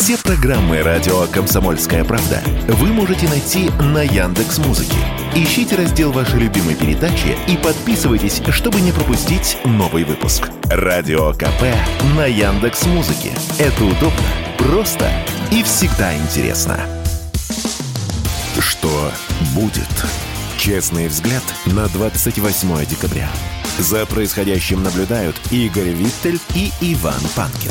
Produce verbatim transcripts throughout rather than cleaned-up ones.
Все программы радио «Комсомольская правда» вы можете найти на Яндекс.Музыке. Ищите раздел вашей любимой передачи и подписывайтесь, чтобы не пропустить новый выпуск. Радио КП на Яндекс.Музыке. Это удобно, просто и всегда интересно. Что будет? Честный взгляд на двадцать восьмое декабря. За происходящим наблюдают Игорь Виттель и Иван Панкин.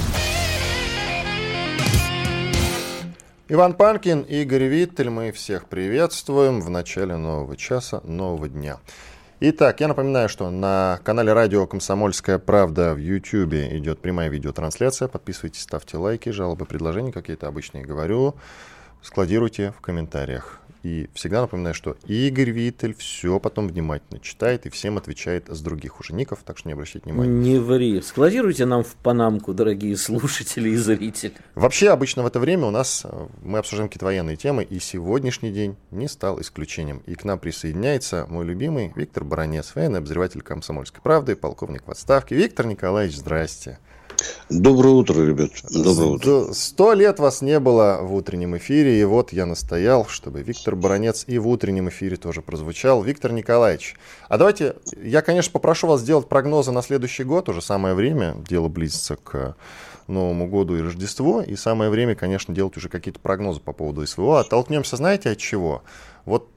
Иван Панкин, Игорь Виттель, мы всех приветствуем в начале нового часа, нового дня. Итак, я напоминаю, что на канале радио «Комсомольская правда» в Ютьюбе идет прямая видеотрансляция. Подписывайтесь, ставьте лайки, жалобы, предложения, какие-то обычные говорю, складируйте в комментариях. И всегда напоминаю, что Игорь Виттель все потом внимательно читает и всем отвечает с других уже ников, так что не обращайте внимания. Не ври. Складируйте нам в панамку, дорогие слушатели и зрители. Вообще, обычно в это время у нас мы обсуждаем какие-то военные темы, и сегодняшний день не стал исключением. И к нам присоединяется мой любимый Виктор Баранец, военный обозреватель «Комсомольской правды», полковник в отставке. Виктор Николаевич, здрасте. Доброе утро, ребят. Доброе утро. Сто лет вас не было в утреннем эфире, и вот я настоял, чтобы Виктор Баранец и в утреннем эфире тоже прозвучал. Виктор Николаевич, а давайте, я, конечно, попрошу вас сделать прогнозы на следующий год, уже самое время, дело близится к Новому году и Рождеству, и самое время, конечно, делать уже какие-то прогнозы по поводу СВО. Оттолкнемся, знаете, от чего? Вот...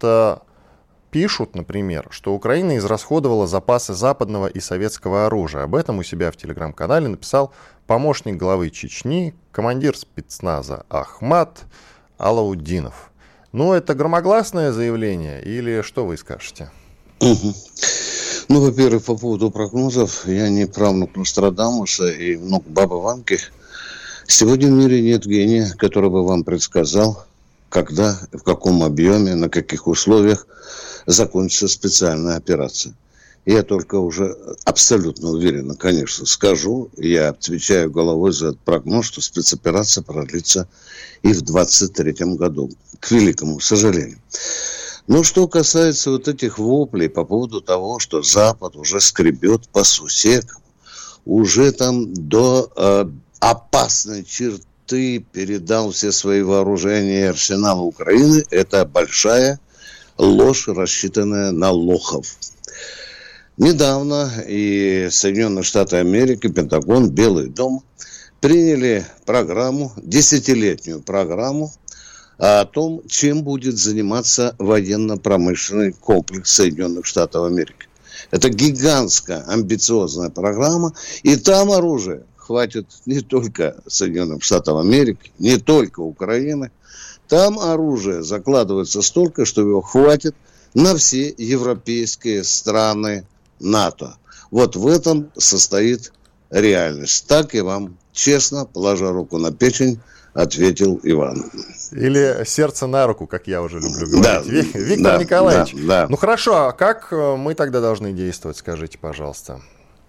Пишут, например, что Украина израсходовала запасы западного и советского оружия. Об этом у себя в телеграм-канале написал помощник главы Чечни, командир спецназа Ахмат Алаудинов. Ну, это громогласное заявление или что вы скажете? Угу. Ну, во-первых, по поводу прогнозов, я не правнук Нострадамуса и внук Бабы Ванги. Сегодня в мире нет гения, который бы вам предсказал, когда, в каком объеме, на каких условиях закончится специальная операция. Я только уже абсолютно уверенно, конечно, скажу, я отвечаю головой за этот прогноз, что спецоперация продлится и в двадцать третьем году, к великому сожалению. Но что касается вот этих воплей по поводу того, что Запад уже скребет по сусекам, уже там до э, опасной черты передал все свои вооружения и арсеналы Украины, это большая ложь, рассчитанная на лохов. Недавно и Соединенные Штаты Америки, Пентагон, Белый дом приняли программу, десятилетнюю программу о том, чем будет заниматься военно-промышленный комплекс Соединенных Штатов Америки. Это гигантская, амбициозная программа, и там оружие хватит не только Соединенным Штатам Америки, не только Украины. Там оружие закладывается столько, что его хватит на все европейские страны НАТО. Вот в этом состоит реальность. Так я вам честно, положа руку на печень, ответил Иван. Или сердце на руку, как я уже люблю говорить. Да, Виктор да, Николаевич, да, да. Ну хорошо, а как мы тогда должны действовать, скажите, пожалуйста?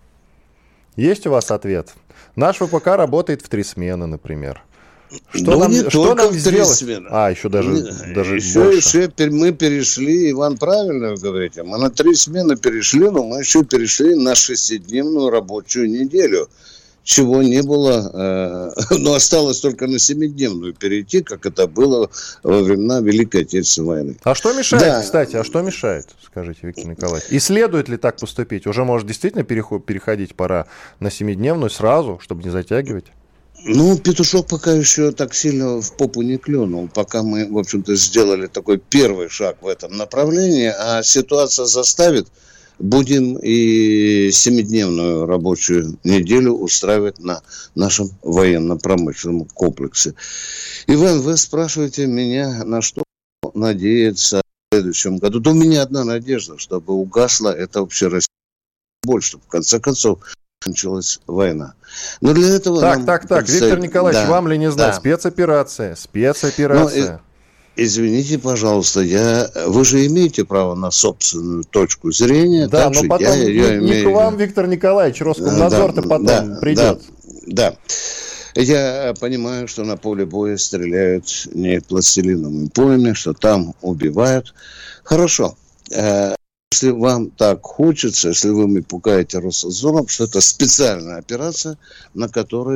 Есть у вас ответ? Наш ВПК работает в три смены, например. Что ну, нам, не что нам сделать? Смены. А, еще даже, не, даже еще, больше. Еще мы перешли, Иван, правильно вы говорите, мы на три смены перешли, но мы еще перешли на шестидневную рабочую неделю, чего не было, э, но осталось только на семидневную перейти, как это было во времена Великой Отечественной войны. А что мешает, да. кстати, а что мешает, скажите, Виктор Николаевич? И следует ли так поступить? Уже, может, действительно переход, переходить пора на семидневную сразу, чтобы не затягивать? Ну, петушок пока еще так сильно в попу не клюнул, пока мы, в общем-то, сделали такой первый шаг в этом направлении, а ситуация заставит, будем и семидневную рабочую неделю устраивать на нашем военно-промышленном комплексе. Иван, вы спрашиваете меня, на что надеяться в следующем году. Да у меня одна надежда, чтобы угасла эта общероссийская боль, чтобы в конце концов началась война. Но для этого так, нам так, так, предстоит... Виктор Николаевич, да, вам ли не знать, да. спецоперация, спецоперация. Ну, извините, пожалуйста, я... вы же имеете право на собственную точку зрения. Да, но потом я не, ее не имею... к вам, Виктор Николаевич, Роскомнадзор-то да, потом да, придет. Да, да. Я понимаю, что на поле боя стреляют не пластилиновыми пулями, что там убивают. Хорошо. Если вам так хочется, если вы мне пугаете Роснадзором, что это специальная операция, на которой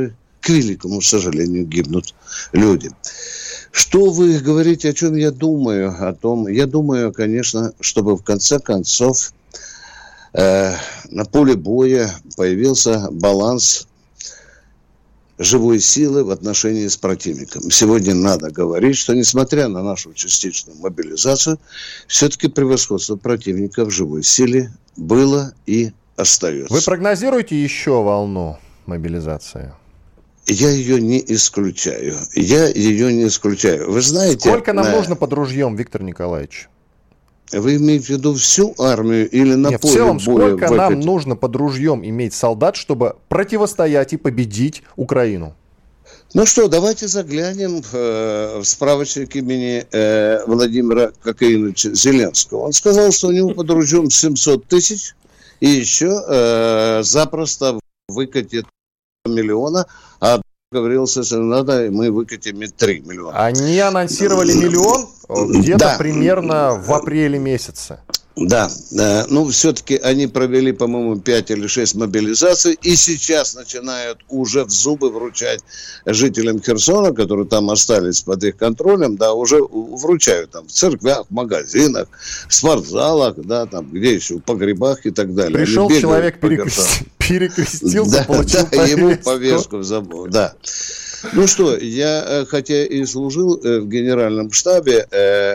к великому сожалению, гибнут люди. Что вы говорите, о чем я думаю? О том, я думаю, конечно, чтобы в конце концов э, на поле боя появился баланс живой силы в отношении с противником. Сегодня надо говорить, что несмотря на нашу частичную мобилизацию, все-таки превосходство противника в живой силе было и остается. Вы прогнозируете еще волну мобилизации? Я ее не исключаю. Я ее не исключаю. Вы знаете... Сколько нам на... нужно под ружьем, Виктор Николаевич? Вы имеете в виду всю армию или на Нет, поле в целом, боя? сколько выкатить? нам нужно под ружьем иметь солдат, чтобы противостоять и победить Украину? Ну что, давайте заглянем э, в справочник имени э, Владимира Кокаиновича Зеленского. Он сказал, что у него под ружьем семьсот тысяч и еще э, запросто выкатит миллиона, а говорился, если надо, мы выкатим три миллиона. Они анонсировали миллион где-то да. примерно в апреле месяце. Да, э, ну все-таки они провели, по-моему, пять или шесть мобилизаций и сейчас начинают уже в зубы вручать жителям Херсона, которые там остались под их контролем, да, уже вручают там в церквях, в магазинах, в спортзалах, да, там, где еще, в погребах и так далее. Пришел человек, перекрести, перекрестился, да, получил да, повестку. Ему повестку в забор, да. Ну что, я, хотя и служил в генеральном штабе,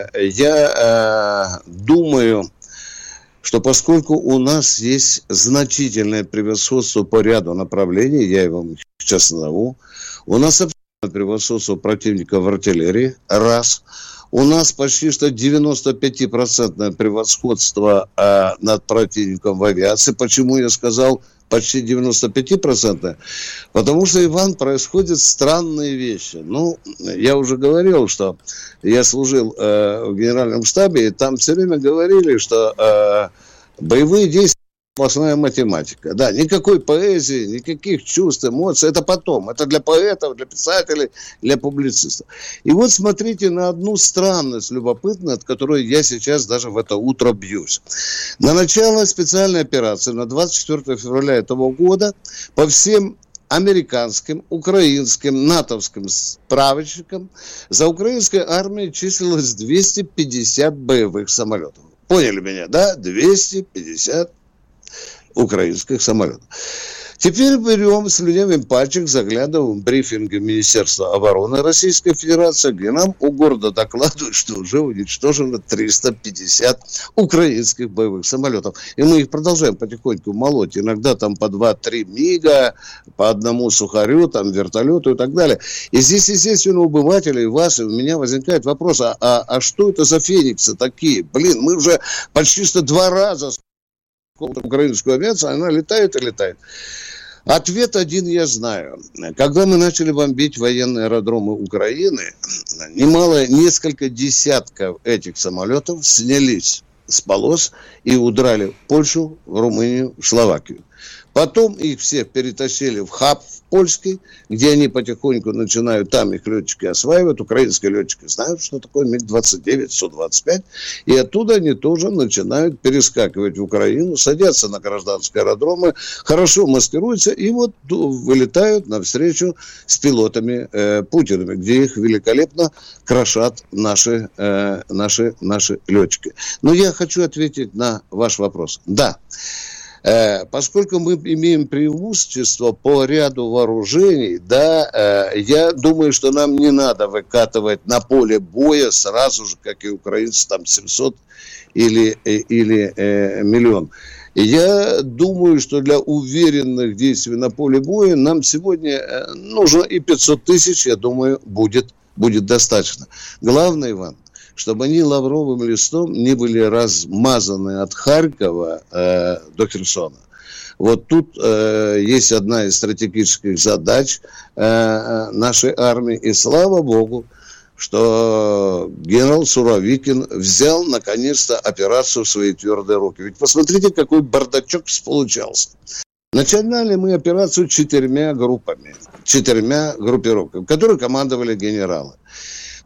я думаю, что поскольку у нас есть значительное превосходство по ряду направлений, я его сейчас назову, у нас абсолютное превосходство противника в артиллерии, раз. У нас почти что девяносто пять процентов превосходство э, над противником в авиации. Почему я сказал почти девяносто пять процентов? Потому что, Иван, происходят странные вещи. Ну, я уже говорил, что я служил э, в генеральном штабе, и там все время говорили, что э, боевые действия — сплошная математика. Да, никакой поэзии, никаких чувств, эмоций. Это потом. Это для поэтов, для писателей, для публицистов. И вот смотрите на одну странность любопытную, от которой я сейчас даже в это утро бьюсь. На начало специальной операции на двадцать четвёртого февраля этого года по всем американским, украинским, натовским справочникам за украинской армией числилось двести пятьдесят боевых самолетов. Поняли меня, да? двести пятьдесят украинских самолетов. Теперь берем, слюнявим пальчик, заглядываем в брифинги Министерства обороны Российской Федерации, где нам у города докладывают, что уже уничтожено триста пятьдесят украинских боевых самолетов. И мы их продолжаем потихоньку молоть. Иногда там по два-три МиГа, по одному Сухарю, там вертолету и так далее. И здесь, естественно, у обывателей, у вас, и у меня возникает вопрос, а, а, а что это за фениксы такие? Блин, мы уже почти что два раза украинскую авиацию, она летает и летает. Ответ один я знаю. Когда мы начали бомбить военные аэродромы Украины, немало, несколько десятков этих самолетов снялись с полос и удрали в Польшу, в Румынию, в Словакию. Потом их всех перетащили в хаб в польский, где они потихоньку начинают, там их летчики осваивают. Украинские летчики знают, что такое МиГ двадцать девять, Су двадцать пять. И оттуда они тоже начинают перескакивать в Украину, садятся на гражданские аэродромы, хорошо маскируются и вот вылетают навстречу с пилотами э, Путиными, где их великолепно крошат наши, э, наши, наши летчики. Но я хочу ответить на ваш вопрос. Да. Поскольку мы имеем преимущество по ряду вооружений, да, я думаю, что нам не надо выкатывать на поле боя сразу же, как и украинцы, там семьсот или, или э, миллион. Я думаю, что для уверенных действий на поле боя нам сегодня нужно и пятьсот тысяч, я думаю, будет, будет достаточно. Главное, Иван, чтобы они лавровым листом не были размазаны от Харькова э, до Херсона. Вот тут э, есть одна из стратегических задач э, нашей армии. И слава богу, что генерал Суровикин взял наконец-то операцию в свои твердые руки. Ведь посмотрите, какой бардачок получался. Начинали мы операцию четырьмя группами, четырьмя группировками, которые командовали генералы.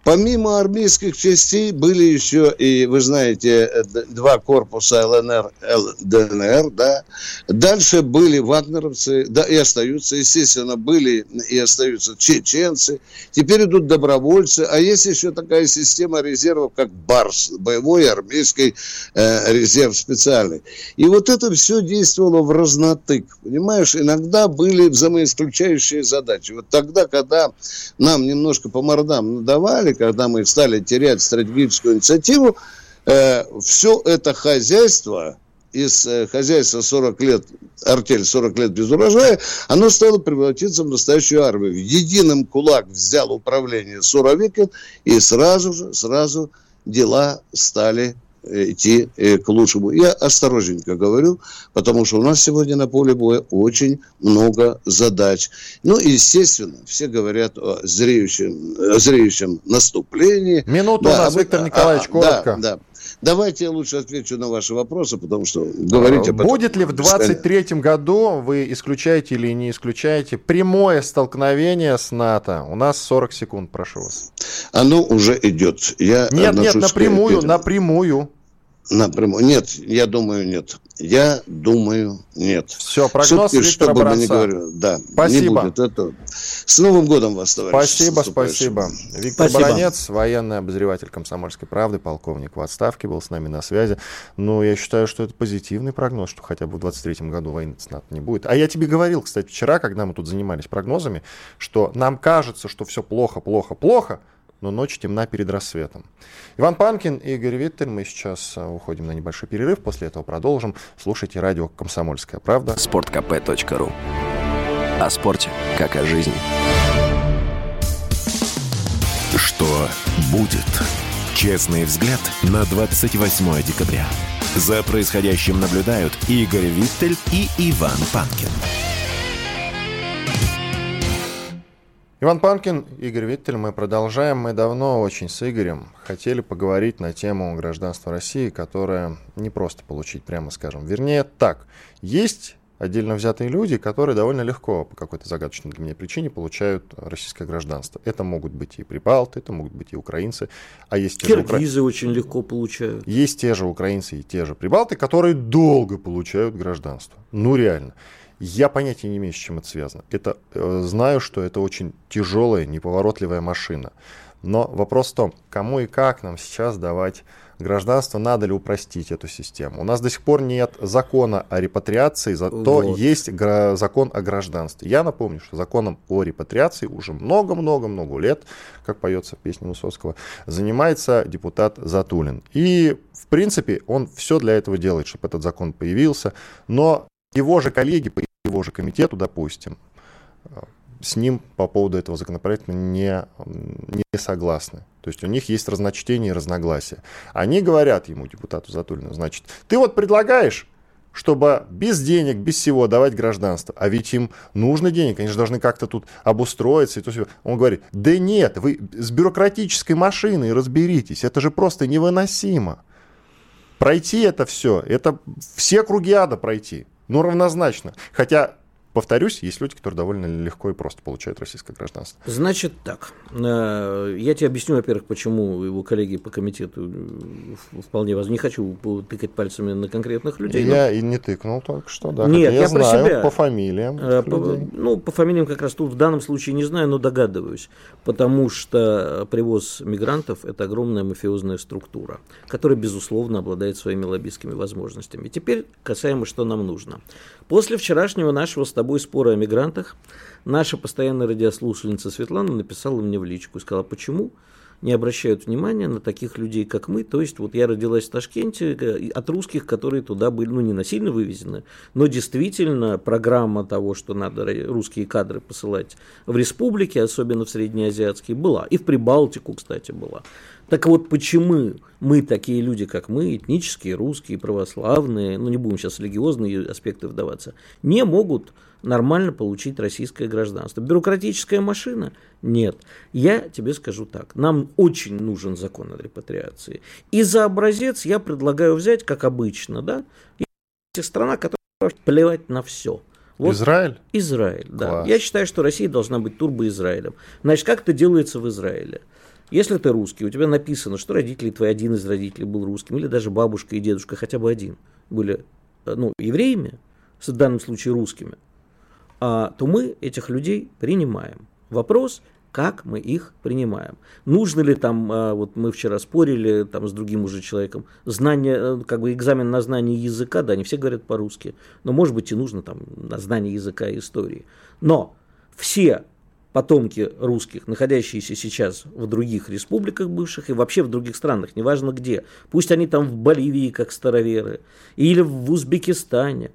Помимо армейских частей были еще и, вы знаете, два корпуса ЛНР, ЛДНР, да. Дальше были вагнеровцы, да, и остаются, естественно, были и остаются чеченцы. Теперь идут добровольцы, а есть еще такая система резервов, как БАРС, боевой армейский э, резерв специальный. И вот это все действовало в разнотык, понимаешь? Иногда были взаимоисключающие задачи. Вот тогда, когда нам немножко по мордам надавали, когда мы стали терять стратегическую инициативу, э, все это хозяйство, из э, хозяйства сорок лет, артель сорок лет без урожая, оно стало превратиться в настоящую армию. Единым кулак взял управление Суровикин, и сразу же, сразу дела стали идти к лучшему. Я осторожненько говорю, потому что у нас сегодня на поле боя очень много задач. Ну и, естественно, все говорят о зреющем, о зреющем наступлении. Минуту да, у нас, а, Виктор Николаевич, а, коротко. Да, да. Давайте я лучше отвечу на ваши вопросы, потому что говорить об этом... Будет ли в двадцать третьем году, вы исключаете или не исключаете, прямое столкновение с НАТО? У нас сорок секунд, прошу вас. Оно уже идет. Я нет, нет, напрямую, к... напрямую. Напрямую. Нет, я думаю, нет. Я думаю, нет. Все, прогноз Все-таки, Виктора чтобы мы не Баранца. говорили, да, Спасибо. Не будет этого. С Новым годом вас, товарищи. Спасибо, спасибо. Виктор Спасибо. Баранец, военный обозреватель «Комсомольской правды», полковник в отставке, был с нами на связи. Ну, я считаю, что это позитивный прогноз, что хотя бы в двадцать третьем году войны с НАТО не будет. А я тебе говорил, кстати, вчера, когда мы тут занимались прогнозами, что нам кажется, что все плохо, плохо, плохо, но ночь темна перед рассветом. Иван Панкин и Игорь Виттель. Мы сейчас уходим на небольшой перерыв. После этого продолжим. Слушайте радио «Комсомольская правда». спорткп точка ру. О спорте, как о жизни. Что будет? Честный взгляд на двадцать восьмое декабря. За происходящим наблюдают Игорь Виттель и Иван Панкин. Иван Панкин, Игорь Виттель, мы продолжаем. Мы давно очень с Игорем хотели поговорить на тему гражданства России, которое не просто получить, прямо скажем. Вернее, так, есть отдельно взятые люди, которые довольно легко, по какой-то загадочной для меня причине, получают российское гражданство. Это могут быть и прибалты, это могут быть и украинцы. А есть те Киргизы укра... очень легко получают. Есть те же украинцы и те же прибалты, которые долго получают гражданство. Ну, реально. Я понятия не имею, с чем это связано. Это, э, знаю, что это очень тяжелая, неповоротливая машина. Но вопрос в том, кому и как нам сейчас давать гражданство, надо ли упростить эту систему. У нас до сих пор нет закона о репатриации, зато вот. есть гра- закон о гражданстве. Я напомню, что законом о репатриации уже много-много-много лет, как поется в песне Высоцкого, занимается депутат Затулин. И, в принципе, он все для этого делает, чтобы этот закон появился. Но его же коллеги по его же комитету, допустим, с ним по поводу этого законопроекта не, не согласны. То есть у них есть разночтения и разногласия. Они говорят ему, депутату Затулину, значит, ты вот предлагаешь, чтобы без денег, без всего давать гражданство, а ведь им нужно денег, они же должны как-то тут обустроиться. И то все. Он говорит, да нет, вы с бюрократической машиной разберитесь, это же просто невыносимо. Пройти это все, это все круги ада пройти. Ну, равнозначно. Хотя, повторюсь, есть люди, которые довольно легко и просто получают российское гражданство. Значит так, я тебе объясню, во-первых, почему его коллеги по комитету вполне возможно. Не хочу тыкать пальцами на конкретных людей. Я но... и не тыкнул только что, да. Нет, я, я знаю про себя. По фамилиям. По, ну, по фамилиям как раз тут в данном случае не знаю, но догадываюсь. Потому что привоз мигрантов – это огромная мафиозная структура, которая, безусловно, обладает своими лоббистскими возможностями. Теперь касаемо, что нам нужно. После вчерашнего нашего с тобой спора о мигрантах, наша постоянная радиослушательница Светлана написала мне в личку и сказала, почему не обращают внимания на таких людей, как мы. То есть, вот я родилась в Ташкенте от русских, которые туда были, ну, не насильно вывезены, но действительно программа того, что надо русские кадры посылать в республики, особенно в среднеазиатские, была. И в Прибалтику, кстати, была. Так вот, почему мы, такие люди, как мы, этнические, русские, православные, ну, не будем сейчас в религиозные аспекты вдаваться, не могут нормально получить российское гражданство? Бюрократическая машина? Нет. Я тебе скажу так. Нам очень нужен закон о репатриации. И за образец я предлагаю взять, как обычно, да, страна, которая плевать на все. Вот Израиль? Израиль, да. Класс. Я считаю, что Россия должна быть турбо-Израилем. Значит, как это делается в Израиле? Если ты русский, у тебя написано, что родители твои, один из родителей был русским, или даже бабушка и дедушка, хотя бы один, были ну, евреями, в данном случае русскими, а, то мы этих людей принимаем. Вопрос, как мы их принимаем. Нужно ли там, а, вот мы вчера спорили там, с другим уже человеком, знание, как бы экзамен на знание языка, да, не все говорят по-русски, но может быть и нужно там на знание языка и истории. Но все потомки русских, находящиеся сейчас в других республиках бывших и вообще в других странах, неважно где, пусть они там в Боливии, как староверы, или в Узбекистане,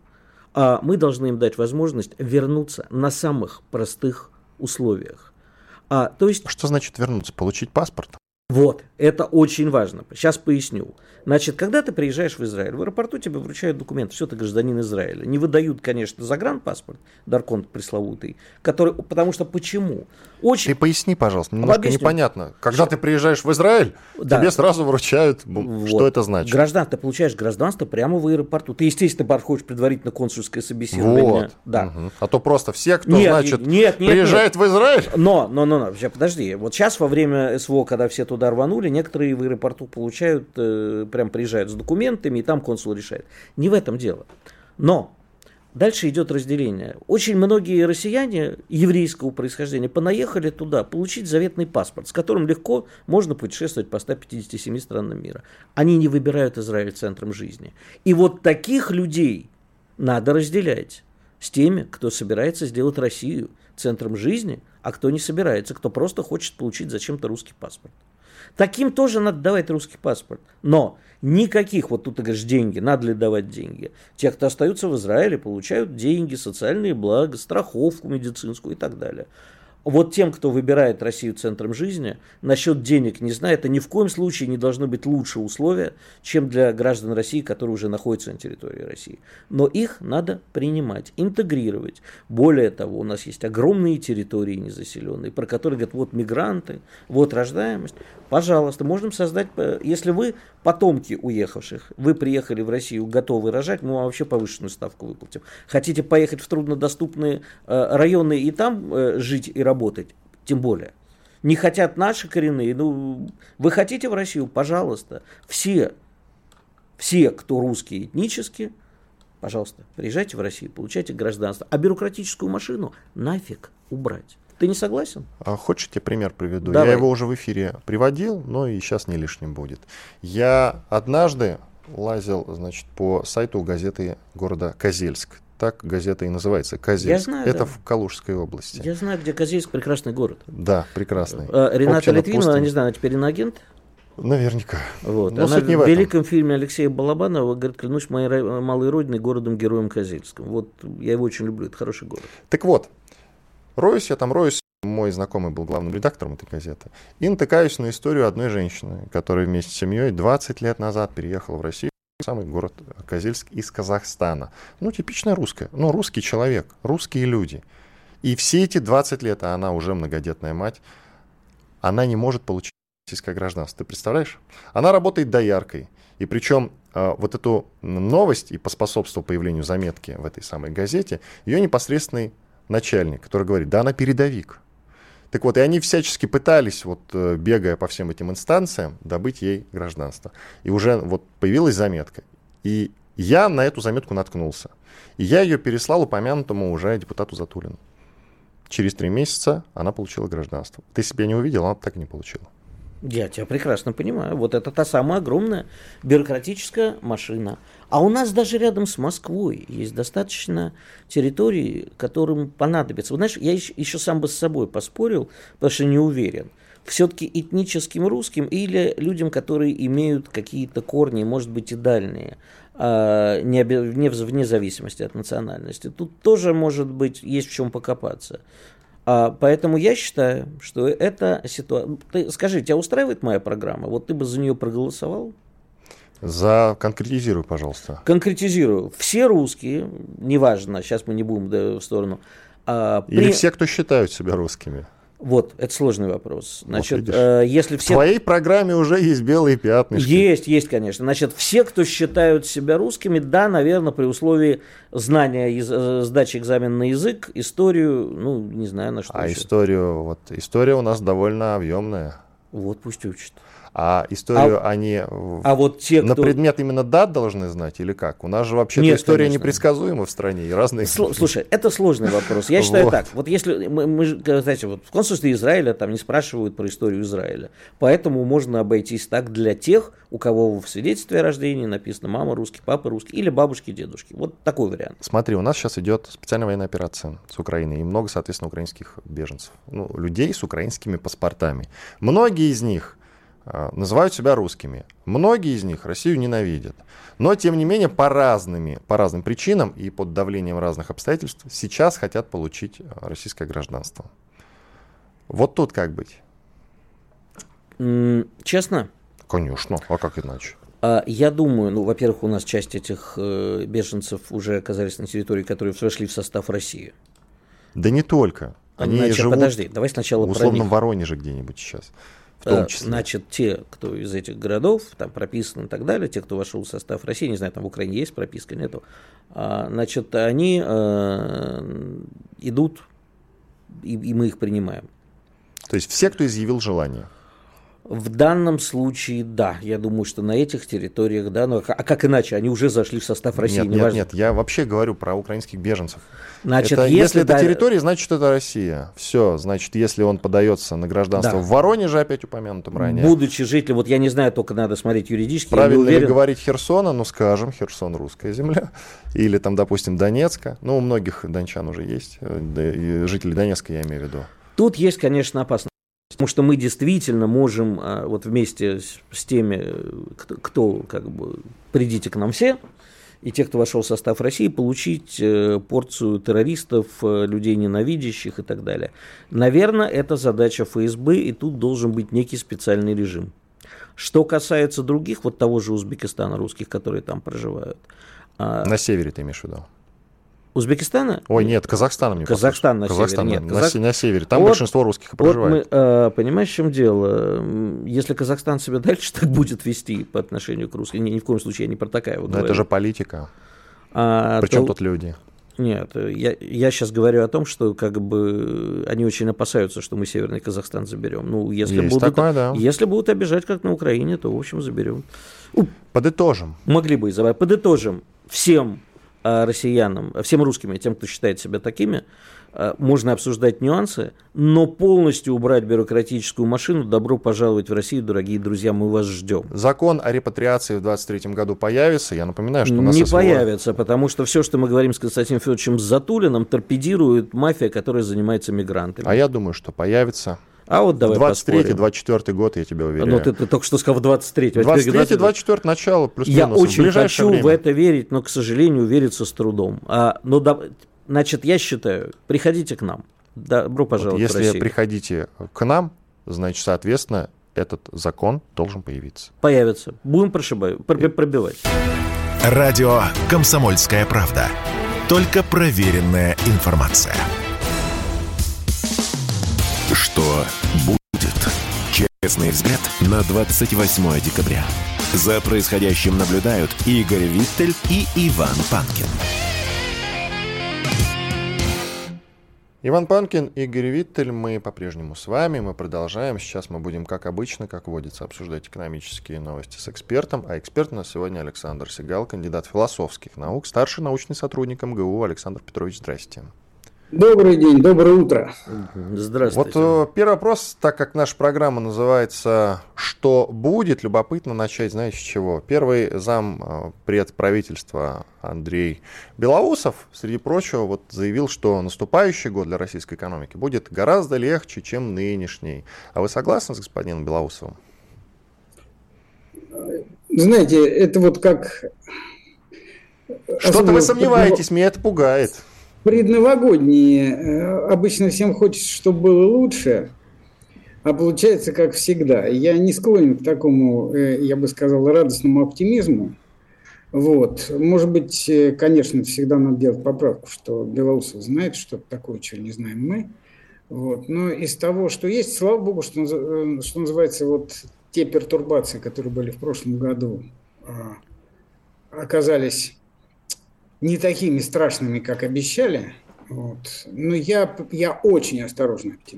а мы должны им дать возможность вернуться на самых простых условиях. А, то есть, что значит вернуться? Получить паспорт? Вот, это очень важно. Сейчас поясню. Значит, когда ты приезжаешь в Израиль, в аэропорту тебе вручают документ, все, ты гражданин Израиля. Не выдают, конечно, загранпаспорт, даркон пресловутый, который, потому что почему? Очень... Ты поясни, пожалуйста, немножко Объясню. Непонятно. Когда Что? Ты приезжаешь в Израиль, да. тебе сразу вручают, вот. Что это значит? Граждан, ты получаешь гражданство прямо в аэропорту. Ты, естественно, проходишь предварительно консульское собеседование. Вот. Да. Угу. А то просто все, кто, нет, значит, нет, нет, приезжает нет. в Израиль... Но, но, но, но, подожди. Вот сейчас во время СВО, когда все туда рванули, некоторые в аэропорту получают, э, прям приезжают с документами, и там консул решает. Не в этом дело. Но дальше идет разделение. Очень многие россияне еврейского происхождения понаехали туда получить заветный паспорт, с которым легко можно путешествовать по ста пятидесяти семи странам мира. Они не выбирают Израиль центром жизни. И вот таких людей надо разделять с теми, кто собирается сделать Россию центром жизни, а кто не собирается, кто просто хочет получить зачем-то русский паспорт. Таким тоже надо давать русский паспорт. Но никаких, вот тут ты говоришь, деньги, надо ли давать деньги. Те, кто остаются в Израиле, получают деньги, социальные блага, страховку медицинскую и так далее. Вот тем, кто выбирает Россию центром жизни, насчет денег не знаю, это ни в коем случае не должны быть лучше условия, чем для граждан России, которые уже находятся на территории России. Но их надо принимать, интегрировать. Более того, у нас есть огромные территории незаселенные, про которые говорят, вот мигранты, вот рождаемость. Пожалуйста, можем создать, если вы потомки уехавших, вы приехали в Россию, готовы рожать, мы вам вообще повышенную ставку выплатим. Хотите поехать в труднодоступные районы и там жить и работать, тем более. Не хотят наши коренные, ну, вы хотите в Россию, пожалуйста. Все, все, кто русские этнически, пожалуйста, приезжайте в Россию, получайте гражданство. А бюрократическую машину нафиг убрать. Ты не согласен? А хочешь, я тебе пример приведу? Давай. Я его уже в эфире приводил, но и сейчас не лишним будет. Я однажды лазил, значит, по сайту газеты города Козельск. Так газета и называется, Козельск. Я знаю, Это да. в Калужской области. Я знаю, где Козельск, прекрасный город. Да, прекрасный. А, Рената Община Литвинова, пустынь. не знаю, она теперь иноагент? Наверняка. Вот. Но Она суть не в в этом. великом фильме Алексея Балабанова говорит, клянусь моей ро- малой родиной, городом-героем Козельском. Вот я его очень люблю, это хороший город. Так вот, роюсь я там, роюсь. Мой знакомый был главным редактором этой газеты. И натыкаюсь на историю одной женщины, которая вместе с семьей двадцать лет назад переехала в Россию, в самый город Козельск из Казахстана. Ну, типичная русская, ну, русский человек, русские люди. И все эти двадцать лет, а она уже многодетная мать, она не может получить российское гражданство. Ты представляешь? Она работает дояркой. И причем э, вот эту новость и поспособствовал появлению заметки в этой самой газете, ее непосредственный начальник, который говорит, да она передовик. Так вот, и они всячески пытались, вот, бегая по всем этим инстанциям, добыть ей гражданство. И уже вот появилась заметка. И я на эту заметку наткнулся. И я ее переслал упомянутому уже депутату Затулину. Через три месяца она получила гражданство. Ты себя не увидел, она так и не получила. Я тебя прекрасно понимаю. Вот это та самая огромная бюрократическая машина. А у нас даже рядом с Москвой есть достаточно территорий, которым понадобится. Вот знаешь, я еще, еще сам бы с собой поспорил, потому что не уверен. Все-таки этническим русским или людям, которые имеют какие-то корни, может быть, и дальние, а, не, не, вне зависимости от национальности. Тут тоже, может быть, есть в чем покопаться. А, поэтому я считаю, что это ситуация... Скажи, тебя устраивает моя программа? Вот ты бы за нее проголосовал? За... Конкретизируй, пожалуйста. Конкретизирую. Все русские, неважно, сейчас мы не будем да, в сторону... А, Или при... все, кто считают себя русскими. Вот, это сложный вопрос. Значит, вот э, если все... В твоей программе уже есть белые пятнышки. Есть, есть, конечно. Значит, все, кто считают себя русскими, да, наверное, при условии знания, из, сдачи экзамена на язык, историю, ну, не знаю, на что А еще. историю, вот, история у нас довольно объемная. Вот пусть учат. А историю а, они а вот те, на кто... предмет именно дат должны знать или как? У нас же вообще история конечно. непредсказуема в стране и разные. Слушай, это сложный вопрос. Я считаю вот. так. Вот если мы, мы знаете, вот в консульстве Израиля там не спрашивают про историю Израиля, поэтому можно обойтись так для тех, у кого в свидетельстве о рождении написано мама русский, папа русский или бабушки, дедушки. Вот такой вариант. Смотри, у нас сейчас идет специальная военная операция с Украиной и много, соответственно, украинских беженцев, ну, людей с украинскими паспортами. Многие из них называют себя русскими. Многие из них Россию ненавидят. Но, тем не менее, по, разными, по разным причинам и под давлением разных обстоятельств сейчас хотят получить российское гражданство. Вот тут как быть? Честно? Конечно. А как иначе? Я думаю, ну, во-первых, у нас часть этих беженцев уже оказались на территории, которые вошли в состав России. Да не только. Они Значит, живут подожди, давай сначала в условном про них. Воронеже где-нибудь сейчас. В том числе. Значит, те, кто из этих городов, там прописан и так далее, те, кто вошел в состав России, не знаю, там в Украине есть прописка, нету, значит, они э, идут, и, и мы их принимаем. То есть все, кто изъявил желание? В данном случае, да. Я думаю, что на этих территориях, да. Но, а как иначе? Они уже зашли в состав России. Нет, не нет, важно. нет. Я вообще говорю про украинских беженцев. Значит, это, если, если да, это территория, значит, это Россия. Все. Значит, если он подается на гражданство да. в Воронеже, опять упомянутом ранее. Будучи жителем, вот я не знаю, только надо смотреть юридически. Правильно я не уверен. ли говорить Херсона? Ну, скажем, Херсон — русская земля. Или там, допустим, Донецка. Ну, у многих дончан уже есть. Жители Донецка, я имею в виду. Тут есть, конечно, опасность. Потому что мы действительно можем вот вместе с, с теми, кто, кто как бы придите к нам все, и те, кто вошел в состав России, получить порцию террористов, людей ненавидящих и так далее. Наверное, это задача эф эс бэ, и тут должен быть некий специальный режим. Что касается других, вот того же Узбекистана, русских, которые там проживают. На севере ты имеешь в виду? Узбекистана? Ой, нет, Казахстана мне Казахстан на Казахстан, севере. Нет, на, Казах... на севере. Там вот, большинство русских и проживает. Вот мы, э, понимаешь, в чем дело? Если Казахстан себя дальше так будет вести по отношению к русским, ни, ни в коем случае я не про Токаева Но говорю. это же политика. А, Причем то... тут люди? Нет, я, я сейчас говорю о том, что как бы они очень опасаются, что мы Северный Казахстан заберем. Ну, если, Есть будут, такое, да. если будут обижать, как на Украине, то, в общем, заберем. Подытожим. Могли бы и забрать. Подытожим. Всем россиянам, всем русским и тем, кто считает себя такими, можно обсуждать нюансы, но полностью убрать бюрократическую машину. Добро пожаловать в Россию, дорогие друзья, мы вас ждем. Закон о репатриации в двадцать третьем году появится. Я напоминаю, что у нас не СВО... появится, потому что все, что мы говорим с Константином Федоровичем Затулиным, торпедирует мафия, которая занимается мигрантами. А я думаю, что появится. А вот давай двадцать третий поспорим. двадцать четвёртый год, я тебя уверяю. Ну, ты, ты только что сказал в двадцать третьем. двадцать третий двадцать четвёртый начало, плюс-минус. Я очень хочу время. в это верить, но, к сожалению, вериться с трудом. А, но, да, значит, я считаю, приходите к нам. Добро пожаловать вот в Россию. Если приходите к нам, значит, соответственно, этот закон должен появиться. Появится. Будем прошибать, пробивать. Радио «Комсомольская правда». Только проверенная информация. Что будет? Честный взгляд на двадцать восьмое декабря. За происходящим наблюдают Игорь Виттель и Иван Панкин. Иван Панкин, Игорь Виттель, мы по-прежнему с вами, мы продолжаем. Сейчас мы будем, как обычно, как водится, обсуждать экономические новости с экспертом. А эксперт у нас сегодня Александр Сигал, кандидат философских наук, старший научный сотрудник эм гэ у. Александр Петрович, здрасте. Добрый день, доброе утро. Здравствуйте. Вот первый вопрос, так как наша программа называется «Что будет?», любопытно начать, знаете, с чего. Первый зам предправительства Андрей Белоусов, среди прочего, вот заявил, что наступающий год для российской экономики будет гораздо легче, чем нынешний. А вы согласны с господином Белоусовым? Знаете, это вот как... Что-то вы сомневаетесь, меня это пугает. Предновогодние. Обычно всем хочется, чтобы было лучше, а получается как всегда. Я не склонен к такому, я бы сказал, радостному оптимизму. Вот. Может быть, конечно, всегда надо делать поправку, что Белоусов знает что-то такое, чего не знаем мы. Вот. Но из того, что есть, слава богу, что, что называется, вот те пертурбации, которые были в прошлом году, оказались не такими страшными, как обещали. Вот. Но я, я очень осторожный оптимист.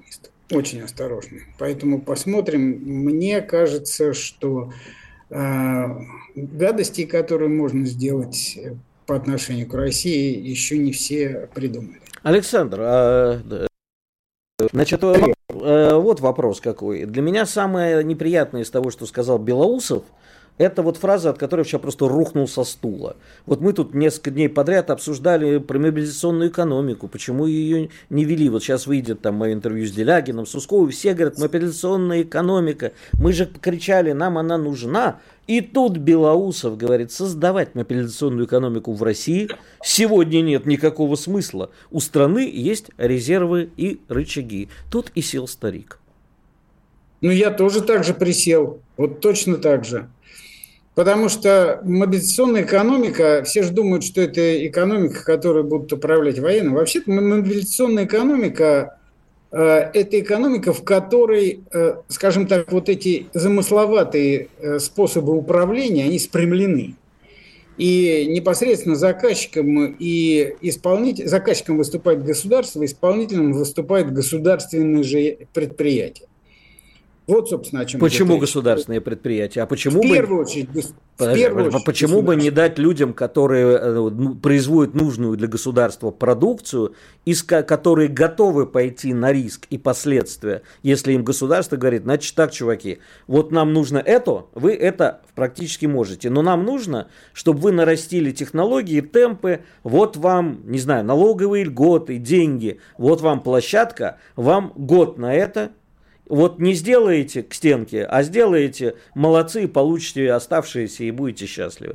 Очень осторожны. Поэтому посмотрим. Мне кажется, что э, гадости, которые можно сделать по отношению к России, еще не все придумали. Александр, а, значит, вот вопрос какой. Для меня самое неприятное из того, что сказал Белоусов, это вот фраза, от которой я просто рухнул со стула. Вот мы тут несколько дней подряд обсуждали про мобилизационную экономику, почему ее не вели. Вот сейчас выйдет там мое интервью с Делягином, с Усковой, все говорят, мобилизационная экономика. Мы же кричали, нам она нужна. И тут Белоусов говорит, создавать мобилизационную экономику в России сегодня нет никакого смысла. У страны есть резервы и рычаги. Тут и сел старик. Ну, я тоже так же присел. Вот точно так же. Потому что мобилизационная экономика, все же думают, что это экономика, которую будут управлять военные. Вообще-то мобилизационная экономика э, – это экономика, в которой, э, скажем так, вот эти замысловатые э, способы управления, они спрямлены. И непосредственно заказчиком и исполнитель, заказчиком выступает государство, исполнителем выступает государственные же предприятия. Вот, собственно, о чем Почему государственные предприятия? А почему в бы, первую очередь, Подожди, в первую очередь почему бы не дать людям, которые ну, производят нужную для государства продукцию, из, которые готовы пойти на риск и последствия, если им государство говорит, значит так, чуваки, вот нам нужно это, вы это практически можете, но нам нужно, чтобы вы нарастили технологии, темпы, вот вам, не знаю, налоговые льготы, деньги, вот вам площадка, вам год на это. Вот не сделаете к стенке, а сделаете, молодцы, получите оставшиеся и будете счастливы.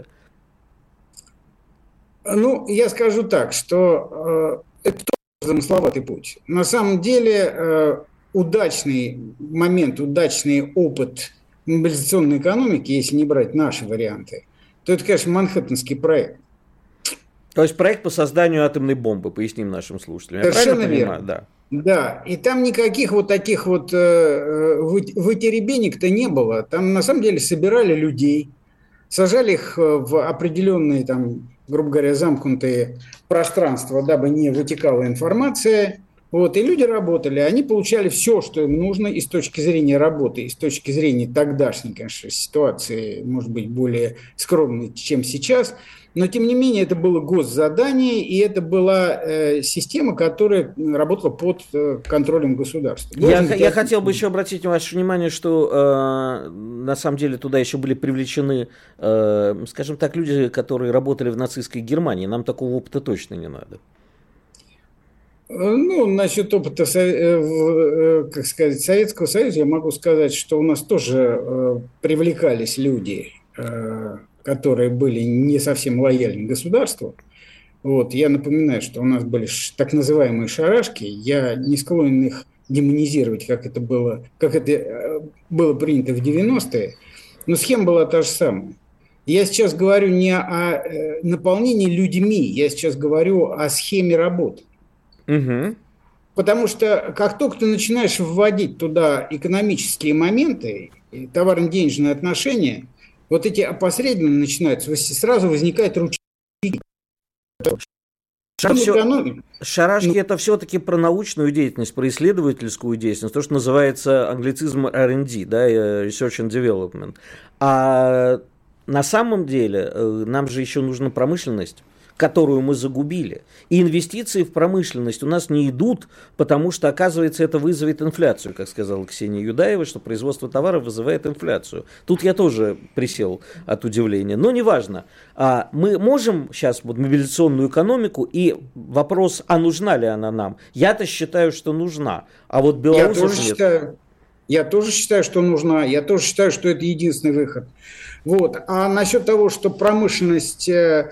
Ну, я скажу так, что э, это тоже замысловатый путь. На самом деле э, удачный момент, удачный опыт мобилизационной экономики, если не брать наши варианты, то это, конечно, Манхэттенский проект. То есть проект по созданию атомной бомбы, поясним нашим слушателям. Совершенно верно. Да. Да, и там никаких вот таких вот э, вытеребенек-то не было. Там на самом деле собирали людей, сажали их в определенные, там, грубо говоря, замкнутые пространства, дабы не вытекала информация. Вот, и люди работали, они получали все, что им нужно и с точки зрения работы, и с точки зрения тогдашней, конечно, ситуации, может быть, более скромной, чем сейчас. Но, тем не менее, это было госзадание, и это была э, система, которая работала под э, контролем государства. Я, я хотел бы еще обратить ваше внимание, что э, на самом деле туда еще были привлечены, э, скажем так, люди, которые работали в нацистской Германии. Нам такого опыта точно не надо. Ну, насчет опыта, как сказать, Советского Союза, я могу сказать, что у нас тоже э, привлекались люди, э, которые были не совсем лояльны государству. Вот. Я напоминаю, что у нас были так называемые шарашки. Я не склонен их демонизировать, как это было, как это было принято в девяностые, но схема была та же самая. Я сейчас говорю не о наполнении людьми, я сейчас говорю о схеме работы. Угу. Потому что как только ты начинаешь вводить туда экономические моменты, товарно-денежные отношения, вот эти опосредованно начинаются, сразу возникает ручки. Все, шарашки ну, это все-таки про научную деятельность, про исследовательскую деятельность, то, что называется англицизм ар энд ди, да, Research and Development. А на самом деле нам же еще нужна промышленность, которую мы загубили. И инвестиции в промышленность у нас не идут, потому что, оказывается, это вызовет инфляцию, как сказала Ксения Юдаева, что производство товаров вызывает инфляцию. Тут я тоже присел от удивления. Но неважно. А мы можем сейчас вот мобилизационную экономику, и вопрос, а нужна ли она нам? Я-то считаю, что нужна. А вот белорусов я тоже нет. Считаю, я тоже считаю, что нужна. Я тоже считаю, что это единственный выход. Вот. А насчет того, что промышленность...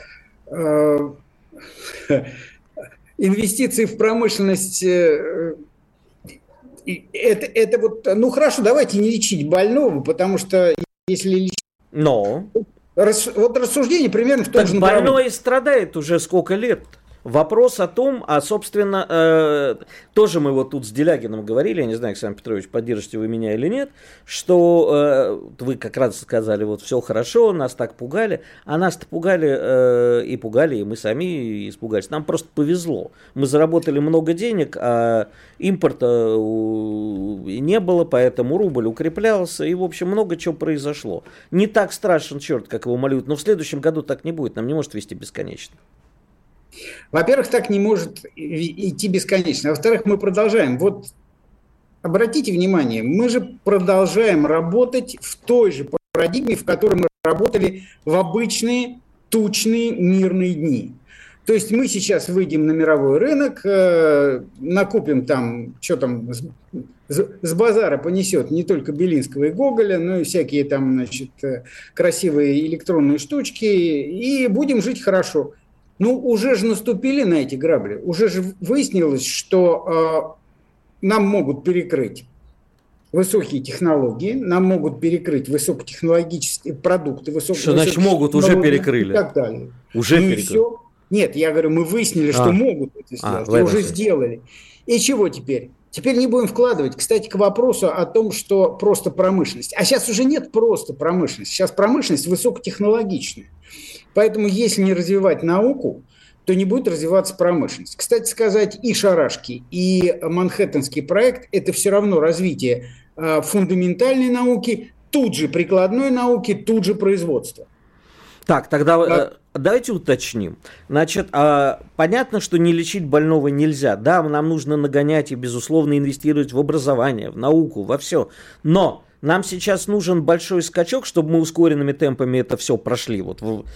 инвестиции в промышленность, это, это вот, ну хорошо, давайте не лечить больного, потому что если лечить... Но... Рас, вот рассуждение примерно в том так же больной направлении. страдает уже сколько лет. Вопрос о том, а, собственно, э, тоже мы вот тут с Делягином говорили, я не знаю, Александр Петрович, поддержите вы меня или нет, что э, вы как раз сказали, вот все хорошо, нас так пугали, а нас-то пугали э, и пугали, и мы сами испугались. Нам просто повезло. Мы заработали много денег, а импорта не было, поэтому рубль укреплялся, и, в общем, много чего произошло. Не так страшен черт, как его малюют, но в следующем году так не будет, нам не может вести бесконечно. Во-первых, так не может идти бесконечно. Во-вторых, мы продолжаем. Вот обратите внимание, мы же продолжаем работать в той же парадигме, в которой мы работали в обычные тучные мирные дни. То есть мы сейчас выйдем на мировой рынок, э, накупим там, что там, с, с базара понесет не только Белинского и Гоголя, но и всякие там, значит, красивые электронные штучки, и будем жить хорошо. Ну, уже же наступили на эти грабли, уже же выяснилось, что э, нам могут перекрыть высокие технологии, нам могут перекрыть высокотехнологические продукты, высоко, что значит могут, уже перекрыли? И так далее. Уже ну перекрыли. Все. Нет, я говорю, мы выяснили, что а. могут это сделать, а, и уже сделали. И чего теперь? Теперь не будем вкладывать. Кстати, к вопросу о том, что просто промышленность. А сейчас уже нет просто промышленности, сейчас промышленность высокотехнологичная. Поэтому, если не развивать науку, то не будет развиваться промышленность. Кстати сказать, и шарашки, и Манхэттенский проект – это все равно развитие э, фундаментальной науки, тут же прикладной науки, тут же производства. Так, тогда а... давайте уточним. Значит, а, понятно, что не лечить больного нельзя. Да, нам нужно нагонять и, безусловно, инвестировать в образование, в науку, во все. Но нам сейчас нужен большой скачок, чтобы мы ускоренными темпами это все прошли вот в, э,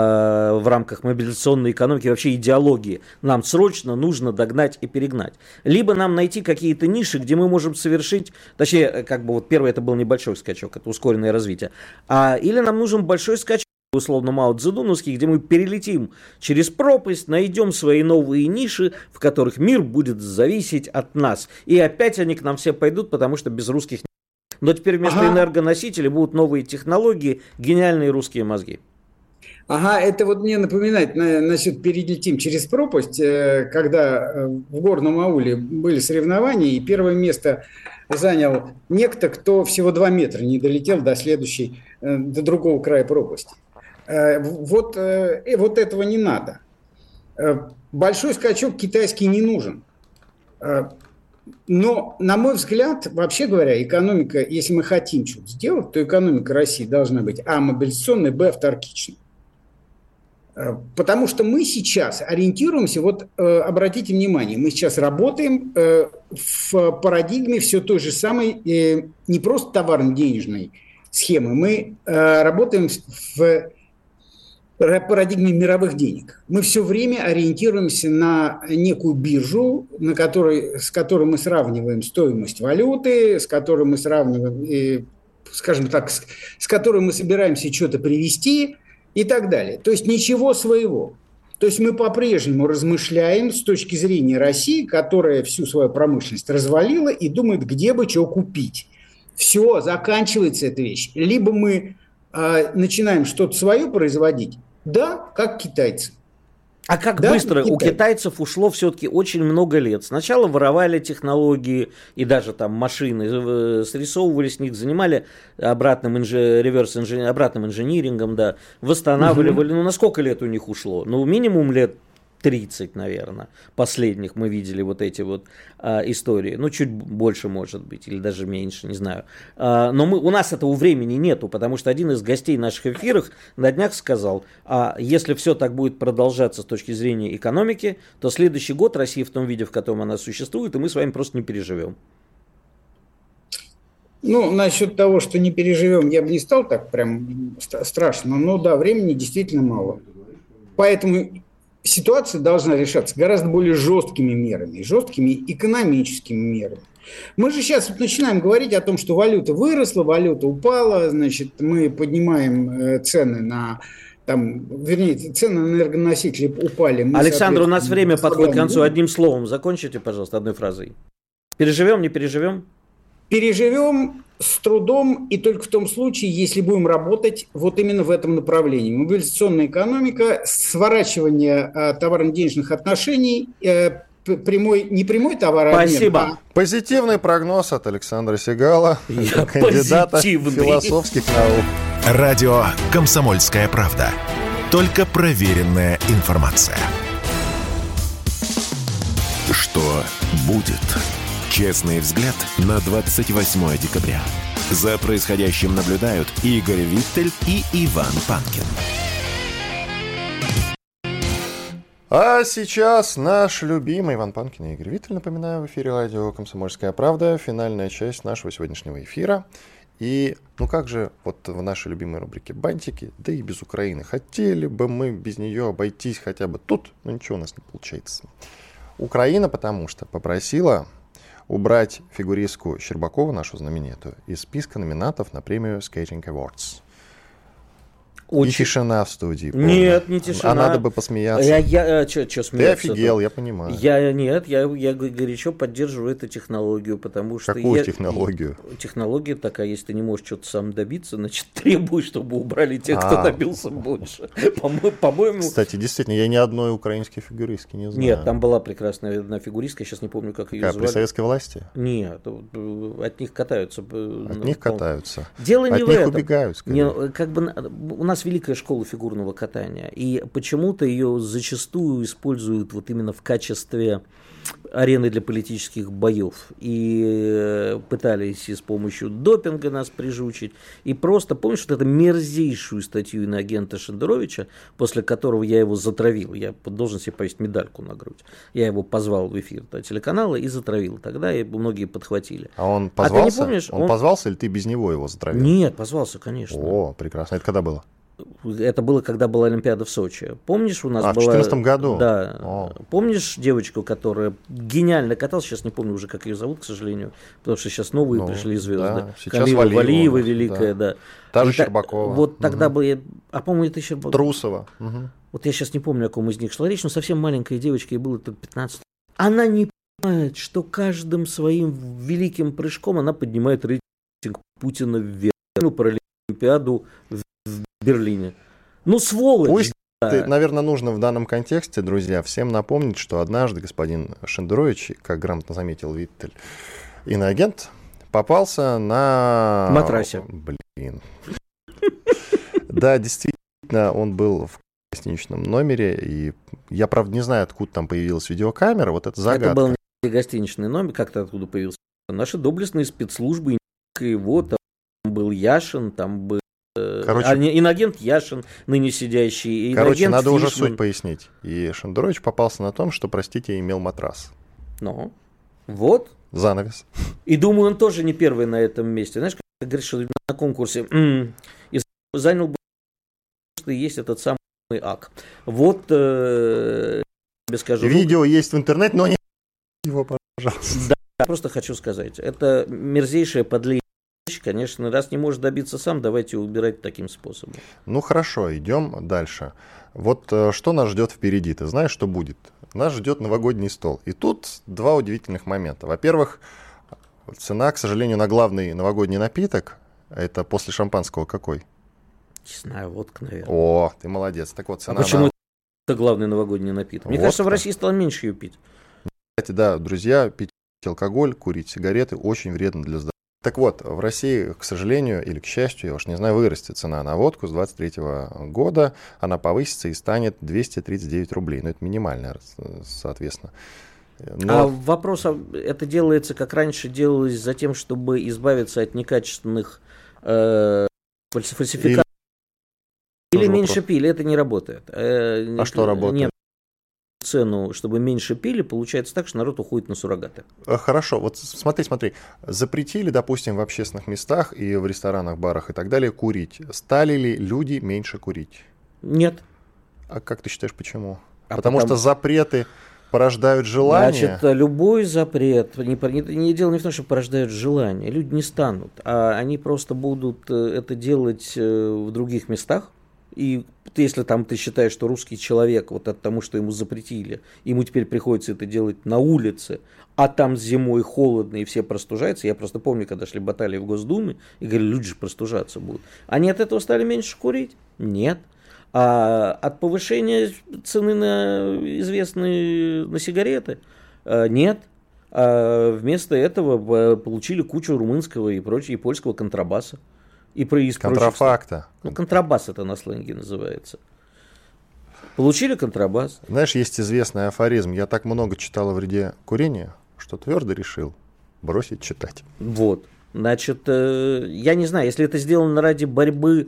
в рамках мобилизационной экономики, вообще идеологии. Нам срочно нужно догнать и перегнать. Либо нам найти какие-то ниши, где мы можем совершить, точнее, как бы вот первый это был небольшой скачок, это ускоренное развитие, а, или нам нужен большой скачок, условно Мао Цзэдуновский, где мы перелетим через пропасть, найдем свои новые ниши, в которых мир будет зависеть от нас. И опять они к нам все пойдут, потому что без русских нет. Но теперь вместо ага. энергоносителей будут новые технологии, гениальные русские мозги. Ага, это вот мне напоминает насчет перелетим через пропасть, когда в Горном ауле были соревнования, и первое место занял некто, кто всего два метра не долетел до следующей, до другого края пропасти. Вот, вот этого не надо. Большой скачок китайский не нужен. Но, на мой взгляд, вообще говоря, экономика, если мы хотим что-то сделать, то экономика России должна быть а. мобилизационной, б. авторкичной. Потому что мы сейчас ориентируемся, вот обратите внимание, мы сейчас работаем в парадигме все той же самой, не просто товарно-денежной схемы, мы работаем в парадигме мировых денег. Мы все время ориентируемся на некую биржу, на которой, с которой мы сравниваем стоимость валюты, с которой мы сравниваем, скажем так, с, с которой мы собираемся что-то привезти и так далее. То есть ничего своего. То есть мы по-прежнему размышляем с точки зрения России, которая всю свою промышленность развалила и думает, где бы что купить. Все, заканчивается эта вещь. Либо мы э, начинаем что-то свое производить, да, как китайцы. А как да, быстро Китай. У китайцев ушло все-таки очень много лет. Сначала воровали технологии и даже там машины, срисовывали с них, занимали обратным, инжи... реверс инжи... обратным инжинирингом, да, восстанавливали. Угу. Ну, на сколько лет у них ушло? Ну, минимум лет тридцать, наверное, последних мы видели вот эти вот а, истории. Ну, чуть больше, может быть, или даже меньше, не знаю. А, но мы, у нас этого времени нету, потому что один из гостей наших эфиров на днях сказал, а если все так будет продолжаться с точки зрения экономики, то следующий год Россия в том виде, в котором она существует, и мы с вами просто не переживем. Ну, насчет того, что не переживем, я бы не стал так прям страшно, но да, времени действительно мало. Поэтому ситуация должна решаться гораздо более жесткими мерами, жесткими экономическими мерами. Мы же сейчас вот начинаем говорить о том, что валюта выросла, валюта упала, значит, мы поднимаем цены на, там, вернее, цены на энергоносители упали. Мы, Александр, у нас время подходит к концу. Одним словом, закончите, пожалуйста, одной фразой. Переживем, не переживем? Переживем, с трудом и только в том случае, если будем работать вот именно в этом направлении. Мобилизационная экономика, сворачивание э, товарно-денежных отношений, э, прямой, не прямой товарообмен. Спасибо. А... Позитивный прогноз от Александра Сигала, Я кандидата позитивный. философских наук. Радио «Комсомольская правда». Только проверенная информация. Что будет? Честный взгляд на двадцать восьмое декабря. За происходящим наблюдают Игорь Виттель и Иван Панкин. А сейчас наш любимый Иван Панкин и Игорь Виттель, напоминаю, в эфире радио «Комсомольская правда», финальная часть нашего сегодняшнего эфира. И, ну как же, вот в нашей любимой рубрике «Бантики», да и без Украины. Хотели бы мы без нее обойтись хотя бы тут, но ничего у нас не получается. Украина, потому что попросила убрать фигуристку Щербакову, нашу знаменитую, из списка номинантов на премию Skating Awards. Очень... И тишина в студии. Полная. Нет, не тишина. А надо бы посмеяться. Я, я, чё, чё Ты офигел, я понимаю. Я, нет, я, я горячо поддерживаю эту технологию, потому что... Какую я, технологию? Технология такая, если ты не можешь что-то сам добиться, значит, требуй, чтобы убрали тех, кто А. добился больше. По-мо- По-моему... Кстати, действительно, я ни одной украинской фигуристки не знаю. Нет, там была прекрасная одна фигуристка, я сейчас не помню, как ее Какая, звали. при советской власти? Нет, от них катаются. От них катаются. Дело не От в них этом. убегают, скорее. Не, как бы, у нас великая школа фигурного катания, и почему-то ее зачастую используют вот именно в качестве арены для политических боев. И пытались и с помощью допинга нас прижучить. И просто, помнишь, вот эту мерзейшую статью иноагента Шендеровича, после которого я его затравил. Я должен себе повесить медальку на грудь. Я его позвал в эфир телеканала и затравил. Тогда и многие подхватили. А он позвался? А ты не помнишь? Он, он позвался или ты без него его затравил? Нет, позвался, конечно. О, прекрасно. Это когда было? Это было, когда была Олимпиада в Сочи. Помнишь, у нас а, была... в четырнадцатом году? Да. О. Помнишь девочку, которая гениально каталась? Сейчас не помню уже, как ее зовут, к сожалению, потому что сейчас новые ну, пришли звезды. Да. Сейчас Камила Валиева, Валиева великая, да. да. Та же И та... Щербакова. Вот тогда угу. бы... Я... А, по-моему, это еще... Трусова. Угу. Вот я сейчас не помню, о ком из них шла речь, но совсем маленькая девочка, ей было только пятнадцать. Она не понимает, что каждым своим великим прыжком она поднимает рейтинг Путина вверх. Ну, про Олимпиаду в Берлине. Ну, сволочь! Пусть, да. ты, наверное, нужно в данном контексте, друзья, всем напомнить, что однажды господин Шендерович, как грамотно заметил Виттель, иноагент, попался на... матрасе. Блин. Да, действительно, он был в гостиничном номере, и я, правда, не знаю, откуда там появилась видеокамера, вот это загадка. Это был не гостиничный номер, как-то откуда появился. Наши доблестные спецслужбы, его, там был Яшин, там был Короче, а, иноагент Яшин, ныне сидящий. Короче, надо Фишман. уже суть пояснить. И Шендерович попался на том, что, простите, имел матрас. Ну, вот. Занавес. И думаю, он тоже не первый на этом месте. Знаешь, как ты говоришь, что на конкурсе м-м, и занял бы, что есть этот самый ак. Вот, э, тебе скажу. Видео есть в интернете, но не его, пожалуйста. Да, я просто хочу сказать, это мерзейшее подлее. Конечно, раз не может добиться сам, давайте убирать таким способом. Ну хорошо, идем дальше. Вот что нас ждет впереди? Ты знаешь, что будет? Нас ждет новогодний стол. И тут два удивительных момента. Во-первых, цена, к сожалению, на главный новогодний напиток, это после шампанского какой? Не знаю, водка, наверное. О, ты молодец. Так вот, цена а почему на... это главный новогодний напиток? Мне Водка. кажется, в России стало меньше ее пить. Кстати, да, друзья, пить алкоголь, курить сигареты очень вредно для здоровья. Так вот, в России, к сожалению, или к счастью, я уж не знаю, вырастет цена на водку с двадцать третьего года. Она повысится и станет двести тридцать девять рублей. Ну, это минимальная, соответственно. Но... А вопрос, это делается, как раньше делалось, за тем, чтобы избавиться от некачественных э, фальсификаций. Или, или меньше вопрос. Пили, это не работает. Э, а что работает? Нет. Цену, чтобы меньше пили, получается так, что народ уходит на суррогаты. Хорошо, вот смотри, смотри, запретили, допустим, в общественных местах и в ресторанах, барах и так далее курить. Стали ли люди меньше курить? Нет. А как ты считаешь, почему? А потому, потому что запреты порождают желание. Значит, любой запрет, не, не, не дело не в том, что порождают желание, люди не станут, а они просто будут это делать в других местах. И если там ты считаешь, что русский человек вот от тому, что ему запретили, ему теперь приходится это делать на улице, а там зимой холодно и все простужаются. Я просто помню, когда шли баталии в Госдуме, и говорили, люди же простужаться будут. Они от этого стали меньше курить? Нет. А от повышения цены на известные на сигареты? Нет. А вместо этого получили кучу румынского и прочего, и польского контрабаса. И про из контрафакта. Ну, контрабас это на сленге называется. Получили контрабас. Знаешь, есть известный афоризм. Я так много читал о вреде курения, что твердо решил бросить читать. Вот. Значит, э, я не знаю, если это сделано ради борьбы,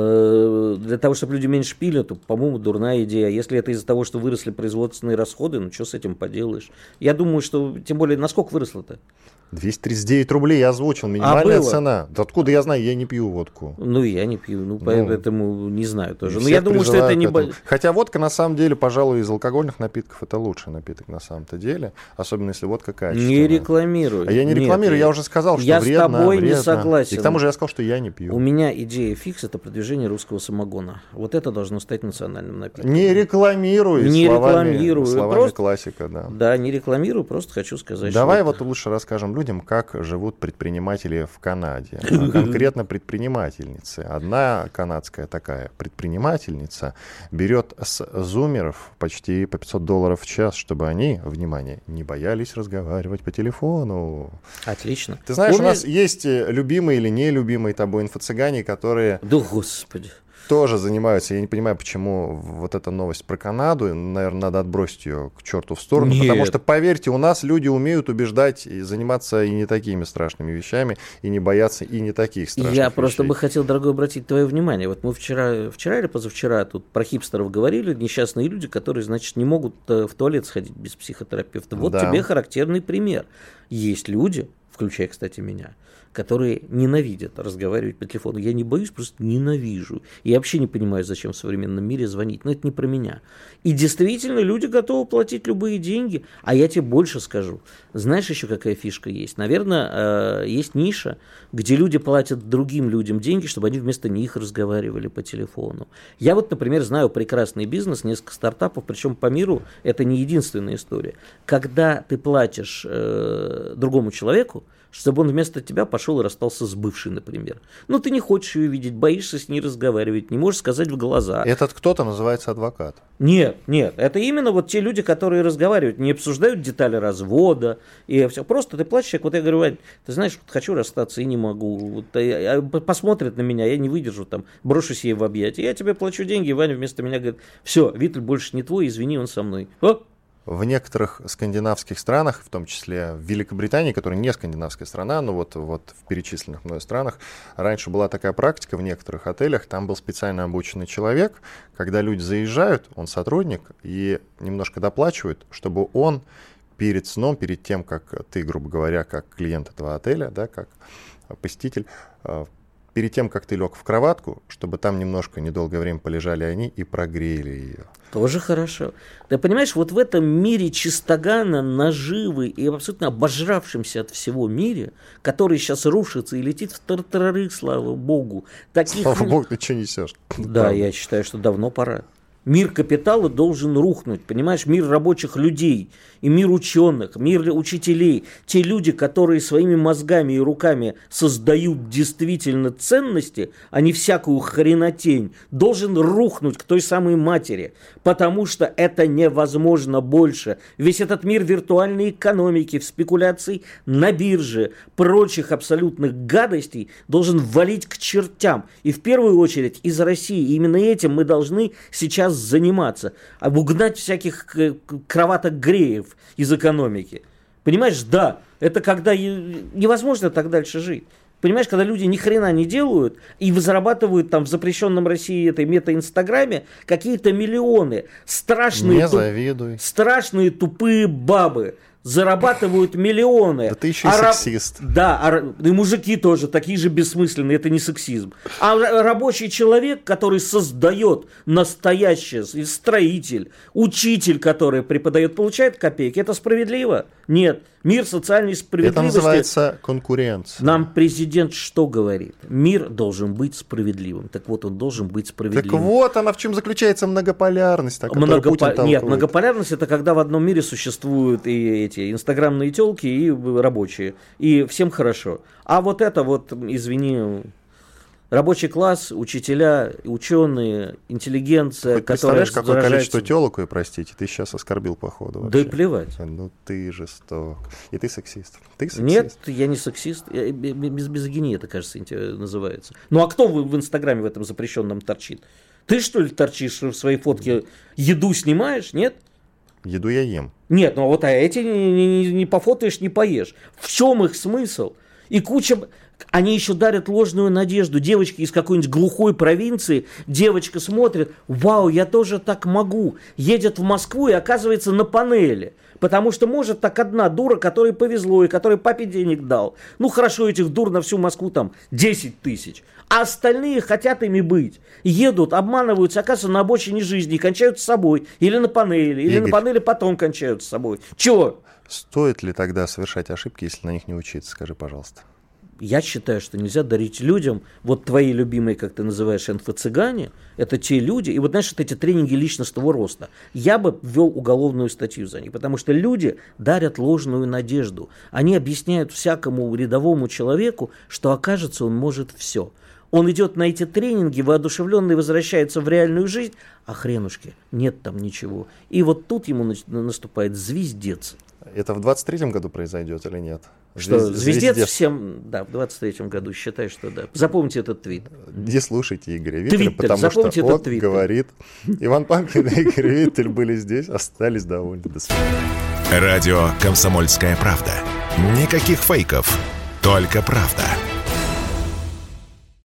э, для того, чтобы люди меньше пили, то, по-моему, дурная идея. Если это из-за того, что выросли производственные расходы, ну, что с этим поделаешь? Я думаю, что, тем более, насколько выросло-то? двести тридцать девять рублей я озвучил, минимальная а цена. Да откуда я знаю, я не пью водку. Ну, я не пью, ну, поэтому не знаю тоже. Но Всех я думаю, что это не... Бо... Хотя водка, на самом деле, пожалуй, из алкогольных напитков это лучший напиток на самом-то деле. Особенно, если водка качественная. Не рекламируй. А я не рекламирую, Нет, я уже сказал, что я вредно, Я с тобой вредно. не согласен. И к тому же я сказал, что я не пью. У меня идея фикс — это продвижение русского самогона. Вот это должно стать национальным напитком. Не рекламируй, не словами, рекламирую. словами просто... классика. Да. да, не рекламирую, просто хочу сказать. Давай что вот лучше расскажем людям, как живут предприниматели в Канаде. Конкретно предпринимательницы. Одна канадская такая предпринимательница берет с зумеров почти по пятьсот долларов в час, чтобы они, внимание, не боялись разговаривать по телефону. Отлично. Ты знаешь, Помни... у нас есть любимые или нелюбимые тобой инфо-цыгане, которые... Да, господи. Тоже занимаются. Я не понимаю, почему вот эта новость про Канаду, наверное, надо отбросить ее к черту в сторону, Нет. потому что, поверьте, у нас люди умеют убеждать и заниматься и не такими страшными вещами, и не бояться и не таких страшных Я вещей. просто бы хотел, дорогой, обратить твое внимание. Вот мы вчера, вчера или позавчера тут про хипстеров говорили, несчастные люди, которые, значит, не могут в туалет сходить без психотерапевта. Вот да. тебе характерный пример. Есть люди, включая, кстати, меня, которые ненавидят разговаривать по телефону. Я не боюсь, просто ненавижу. Я вообще не понимаю, зачем в современном мире звонить. Но это не про меня. И действительно, люди готовы платить любые деньги. А я тебе больше скажу. Знаешь, еще какая фишка есть? Наверное, есть ниша, где люди платят другим людям деньги, чтобы они вместо них разговаривали по телефону. Я вот, например, знаю прекрасный бизнес, несколько стартапов, причем по миру это не единственная история. Когда ты платишь э, другому человеку, чтобы он вместо тебя пошел и расстался с бывшей, например. Ну, ты не хочешь ее видеть, боишься с ней разговаривать, не можешь сказать в глаза. Этот кто-то называется адвокат. Нет, нет, это именно вот те люди, которые разговаривают, не обсуждают детали развода и все. Просто ты плачешь, вот я говорю, Вань, ты знаешь, вот хочу расстаться и не могу. Вот, а, а, посмотрит на меня, я не выдержу, там, брошусь ей в объятия. Я тебе плачу деньги, и Ваня вместо меня говорит, все, Виталь больше не твой, извини, он со мной. О! В некоторых скандинавских странах, в том числе в Великобритании, которая не скандинавская страна, но вот, вот в перечисленных мной странах, раньше была такая практика в некоторых отелях, там был специально обученный человек, когда люди заезжают, он сотрудник, и немножко доплачивают, чтобы он перед сном, перед тем, как ты, грубо говоря, как клиент этого отеля, да, как посетитель, перед тем, как ты лег в кроватку, чтобы там немножко недолгое время полежали они и прогрели ее. Тоже хорошо. Ты понимаешь, вот в этом мире чистогана, наживы и абсолютно обожравшемся от всего мире, который сейчас рушится и летит в тартарары, слава богу. Таких... Слава богу, ты что несешь? Да, правда. Я считаю, что давно пора. Мир капитала должен рухнуть, понимаешь, мир рабочих людей, и мир ученых, мир учителей, те люди, которые своими мозгами и руками создают действительно ценности, а не всякую хренотень, должен рухнуть к той самой матери, потому что это невозможно больше. Весь этот мир виртуальной экономики, в спекуляций на бирже, прочих абсолютных гадостей должен валить к чертям. И в первую очередь из России. И именно этим мы должны сейчас заниматься, а угнать всяких кроваток-греев из экономики. Понимаешь, да, это когда невозможно так дальше жить. Понимаешь, когда люди ни хрена не делают и зарабатывают там в запрещенном России этой мета-инстаграме какие-то миллионы. Страшные, не завидуй. Туп... страшные тупые бабы зарабатывают миллионы. Да ты еще и а сексист. Раб... Да, а... и мужики тоже такие же бессмысленные, это не сексизм. А рабочий человек, который создает настоящее, строитель, учитель, который преподает, получает копейки, это справедливо? Нет. Мир социальной справедливости. Это называется конкуренция. Нам президент что говорит? Мир должен быть справедливым. Так вот, он должен быть справедливым. Так вот она в чем заключается многополярность. Многопо... Нет, многополярность — это когда в одном мире существуют и эти инстаграмные телки, и рабочие. И всем хорошо. А вот это вот, извини... Рабочий класс, учителя, ученые, интеллигенция, хоть которая представляешь, какое количество телок, и, простите, ты сейчас оскорбил, походу. Вообще. Да и плевать. Ну ты жесток. И ты сексист. Ты сексист. Нет, я не сексист. Я, без мизогинии это, кажется, называется. Ну а кто в, в Инстаграме в этом запрещенном торчит? Ты, что ли, торчишь в своей фотке, еду снимаешь, нет? Еду я ем. Нет, ну вот а эти не, не, не пофотаешь, не поешь. В чем их смысл? И куча... Они еще дарят ложную надежду. Девочки из какой-нибудь глухой провинции, девочка смотрит, вау, я тоже так могу. Едет в Москву и оказывается на панели. Потому что может так одна дура, которой повезло и которой папе денег дал. Ну хорошо, этих дур на всю Москву там десять тысяч. А остальные хотят ими быть. Едут, обманываются, оказывается, на обочине жизни и кончают с собой. Или на панели. Или Игорь, на панели потом кончают с собой. Чего? Стоит ли тогда совершать ошибки, если на них не учиться? Скажи, пожалуйста. Я считаю, что нельзя дарить людям, вот твои любимые, как ты называешь, инфо-цыгане, это те люди, и вот знаешь, вот эти тренинги личностного роста, я бы ввел уголовную статью за них, потому что люди дарят ложную надежду, они объясняют всякому рядовому человеку, что окажется, он может все. Он идет на эти тренинги, воодушевленный возвращается в реальную жизнь, а хренушки, нет там ничего. И вот тут ему наступает звездец. Это в двадцать третьем году произойдет или нет? Что, звездец, звездец всем, да, в двадцать третьем году, считай, что да. Запомните этот твит. Не слушайте Игоря Виттеля, Твиттер, потому что этот он твиттер. Говорит, Иван Панкин и Игорь Виттель были здесь, остались довольны. До свидания. Радио «Комсомольская правда». Никаких фейков, только правда.